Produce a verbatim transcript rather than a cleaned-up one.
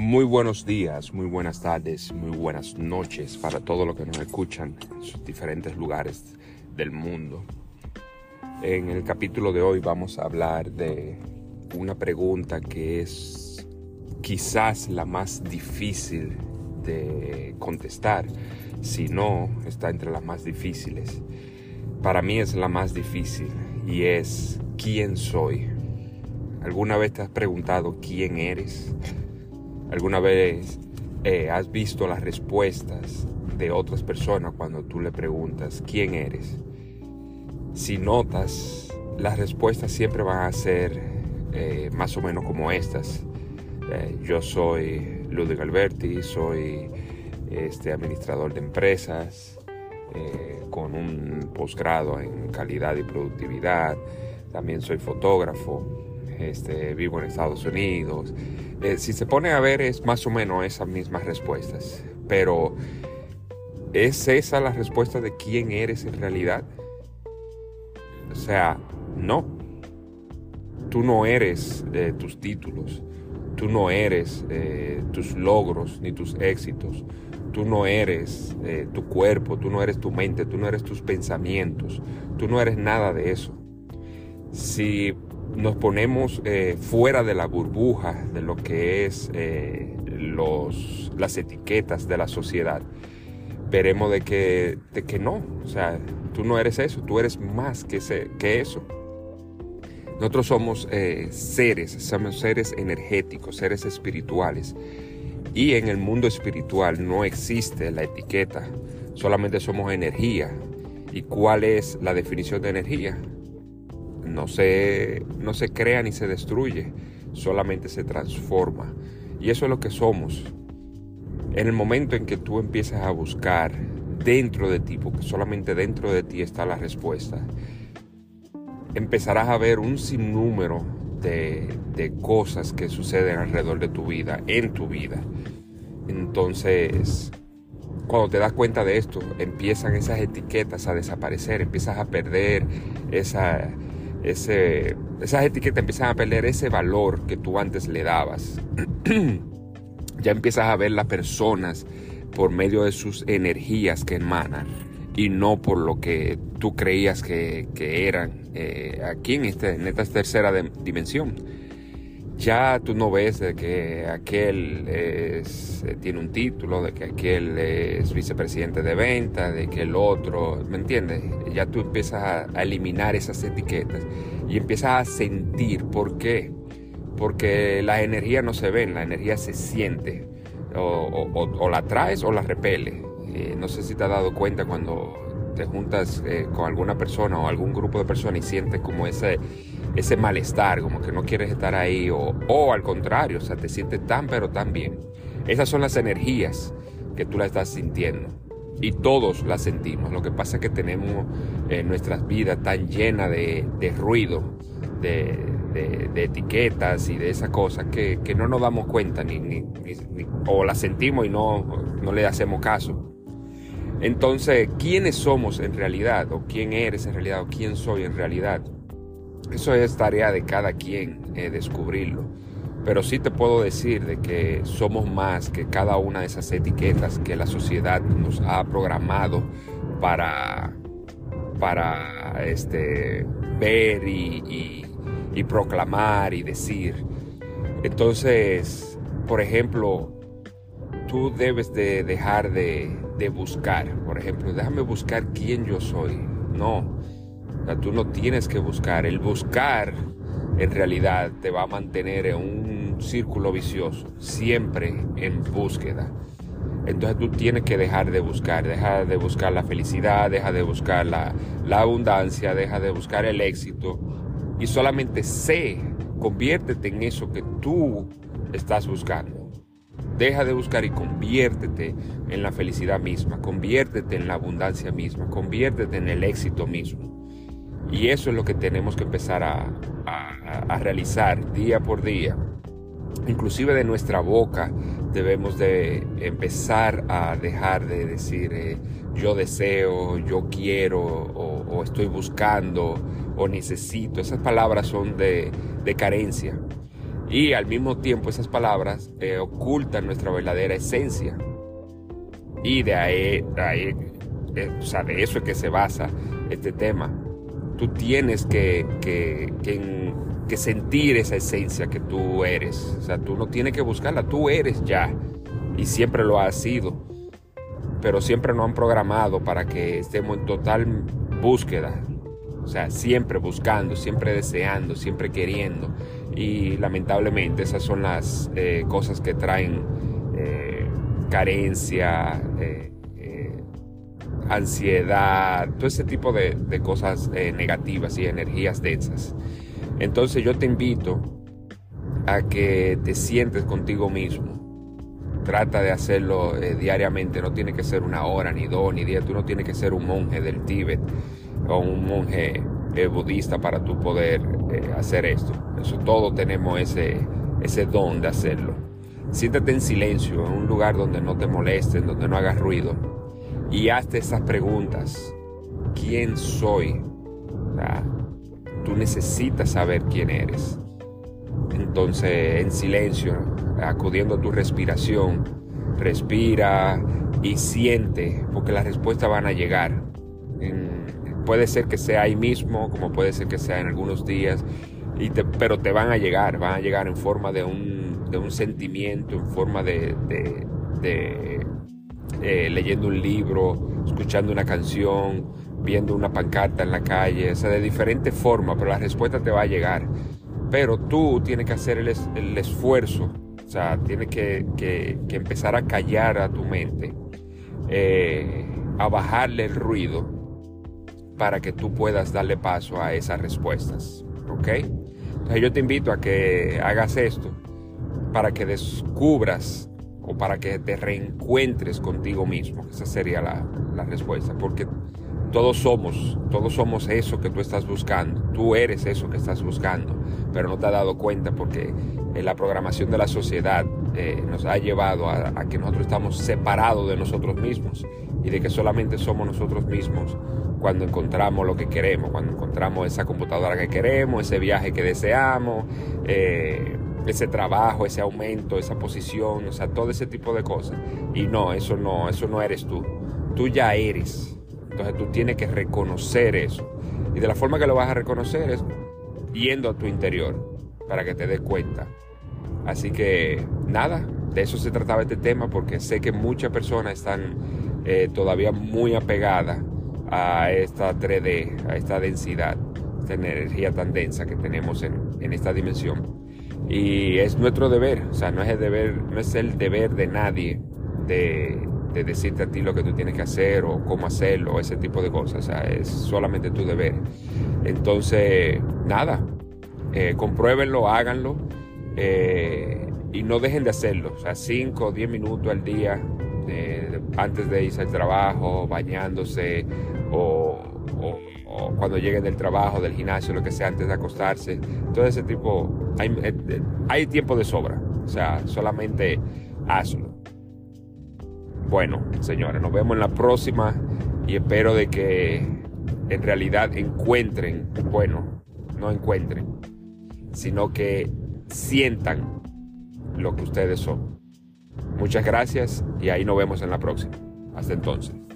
Muy buenos días, muy buenas tardes, muy buenas noches para todos los que nos escuchan en sus diferentes lugares del mundo. En el capítulo de hoy vamos a hablar de una pregunta que es quizás la más difícil de contestar, si no está entre las más difíciles. Para mí es la más difícil y es ¿quién soy? ¿Alguna vez te has preguntado quién eres? ¿Alguna vez eh, has visto las respuestas de otras personas cuando tú le preguntas quién eres? Si notas, las respuestas siempre van a ser eh, más o menos como estas. Eh, yo soy Ludwig Alberti, soy este, administrador de empresas eh, con un posgrado en calidad y productividad. También soy fotógrafo. Este, vivo en Estados Unidos. Eh, si se pone a ver es más o menos esas mismas respuestas, pero ¿es esa la respuesta de quién eres en realidad? O sea, no. Tú no eres eh, tus títulos, tú no eres eh, tus logros ni tus éxitos, tú no eres eh, tu cuerpo, tú no eres tu mente, tú no eres tus pensamientos, tú no eres nada de eso. Si nos ponemos eh, fuera de la burbuja de lo que es eh, los, las etiquetas de la sociedad, veremos de que, de que no, o sea, tú no eres eso, tú eres más que, ese, que eso. Nosotros somos eh, seres, somos seres energéticos, seres espirituales, y en el mundo espiritual no existe la etiqueta, solamente somos energía. ¿Y cuál es la definición de energía? No se, no se crea ni se destruye, solamente se transforma. Y eso es lo que somos. En el momento en que tú empiezas a buscar dentro de ti, porque solamente dentro de ti está la respuesta, empezarás a ver un sinnúmero de, de cosas que suceden alrededor de tu vida, en tu vida. Entonces, cuando te das cuenta de esto, empiezan esas etiquetas a desaparecer, empiezas a perder esa... Ese, esas etiquetas empiezan a perder ese valor que tú antes le dabas. Ya empiezas a ver las personas por medio de sus energías que emanan y no por lo que tú creías que, que eran eh, aquí en, este, en esta tercera de, dimensión. Ya tú no ves de que aquel es, tiene un título, de que aquel es vicepresidente de ventas, de que el otro, ¿me entiendes? Ya tú empiezas a, a eliminar esas etiquetas y empiezas a sentir. ¿Por qué? Porque la energía no se ve, la energía se siente. O, o, o la traes o la repele. Eh, no sé si te has dado cuenta cuando te juntas eh, con alguna persona o algún grupo de personas y sientes como ese... ese malestar, como que no quieres estar ahí, o, o al contrario, o sea, te sientes tan pero tan bien. Esas son las energías que tú la estás sintiendo y todos las sentimos. Lo que pasa es que tenemos eh, nuestras vidas tan llenas de, de ruido, de, de, de etiquetas y de esas cosas que, que no nos damos cuenta ni, ni, ni, ni o las sentimos y no, no le hacemos caso. Entonces, ¿quiénes somos en realidad? ¿O quién eres en realidad? ¿O quién soy en realidad? Eso es tarea de cada quien eh, descubrirlo. Pero sí te puedo decir de que somos más que cada una de esas etiquetas que la sociedad nos ha programado para, para este, ver y, y, y proclamar y decir. Entonces, por ejemplo, tú debes de dejar de, de buscar. Por ejemplo, déjame buscar quién yo soy. No. O sea, tú no tienes que buscar. El buscar en realidad te va a mantener en un círculo vicioso, siempre en búsqueda. Entonces tú tienes que dejar de buscar, deja de buscar la felicidad, deja de buscar la, la abundancia, deja de buscar el éxito y solamente sé, conviértete en eso que tú estás buscando. Deja de buscar y conviértete en la felicidad misma, conviértete en la abundancia misma, conviértete en el éxito mismo. Y eso es lo que tenemos que empezar a, a, a realizar día por día. Inclusive de nuestra boca debemos de empezar a dejar de decir eh, yo deseo, yo quiero o, o estoy buscando o necesito. Esas palabras son de, de carencia. Y al mismo tiempo esas palabras eh, ocultan nuestra verdadera esencia. Y de ahí, de ahí eh, o sea, de eso es que se basa este tema. Tú tienes que, que, que, que sentir esa esencia que tú eres. O sea, tú no tienes que buscarla, tú eres ya. Y siempre lo has sido. Pero siempre nos han programado para que estemos en total búsqueda. O sea, siempre buscando, siempre deseando, siempre queriendo. Y lamentablemente esas son las eh, cosas que traen eh, carencia, eh, eh, ansiedad, todo ese tipo de, de cosas eh, negativas y energías densas. Entonces yo te invito a que te sientes contigo mismo. Trata de hacerlo eh, diariamente, no tiene que ser una hora, ni dos, ni diez. Tú no tienes que ser un monje del Tíbet o un monje eh, budista para tú poder eh, hacer esto. Eso, todos tenemos ese, ese don de hacerlo. Siéntate en silencio, en un lugar donde no te molesten, donde no hagas ruido. Y hazte esas preguntas. ¿Quién soy? O sea, tú necesitas saber quién eres. Entonces, en silencio, acudiendo a tu respiración, respira y siente, porque las respuestas van a llegar. En, puede ser que sea ahí mismo, como puede ser que sea en algunos días, y te, pero te van a llegar, van a llegar en forma de un, de un sentimiento, en forma de, de, de eh, leyendo un libro, escuchando una canción, viendo una pancarta en la calle, o sea, de diferentes formas, pero la respuesta te va a llegar. Pero tú tienes que hacer el, es, el esfuerzo, o sea, tienes que, que, que empezar a callar a tu mente, eh, a bajarle el ruido para que tú puedas darle paso a esas respuestas, ¿ok? Entonces yo te invito a que hagas esto para que descubras o para que te reencuentres contigo mismo. Esa sería la, la respuesta, porque todos somos, todos somos eso que tú estás buscando. Tú eres eso que estás buscando, pero no te has dado cuenta porque eh, la programación de la sociedad eh, nos ha llevado a, a que nosotros estamos separados de nosotros mismos y de que solamente somos nosotros mismos cuando encontramos lo que queremos, cuando encontramos esa computadora que queremos, ese viaje que deseamos, eh, ese trabajo, ese aumento, esa posición, o sea, todo ese tipo de cosas. Y no, eso no, eso no eres tú. Tú ya eres. Entonces tú tienes que reconocer eso. Y de la forma que lo vas a reconocer es yendo a tu interior para que te des cuenta. Así que nada, de eso se trataba este tema, porque sé que muchas personas están eh, todavía muy apegadas a esta tres D, a esta densidad, esta energía tan densa que tenemos en, en esta dimensión. Y es nuestro deber, o sea, no es el deber, no es el deber de nadie de, de decirte a ti lo que tú tienes que hacer o cómo hacerlo, o ese tipo de cosas. O sea, es solamente tu deber. Entonces, nada, eh, compruébenlo, háganlo eh, y no dejen de hacerlo. O sea, cinco o diez minutos al día eh, antes de irse al trabajo, bañándose o, o, o cuando lleguen del trabajo, del gimnasio, lo que sea, antes de acostarse. Todo ese tipo, hay, hay tiempo de sobra. O sea, solamente hazlo. Bueno, señores, nos vemos en la próxima y espero de que en realidad encuentren, bueno, no encuentren, sino que sientan lo que ustedes son. Muchas gracias y ahí nos vemos en la próxima. Hasta entonces.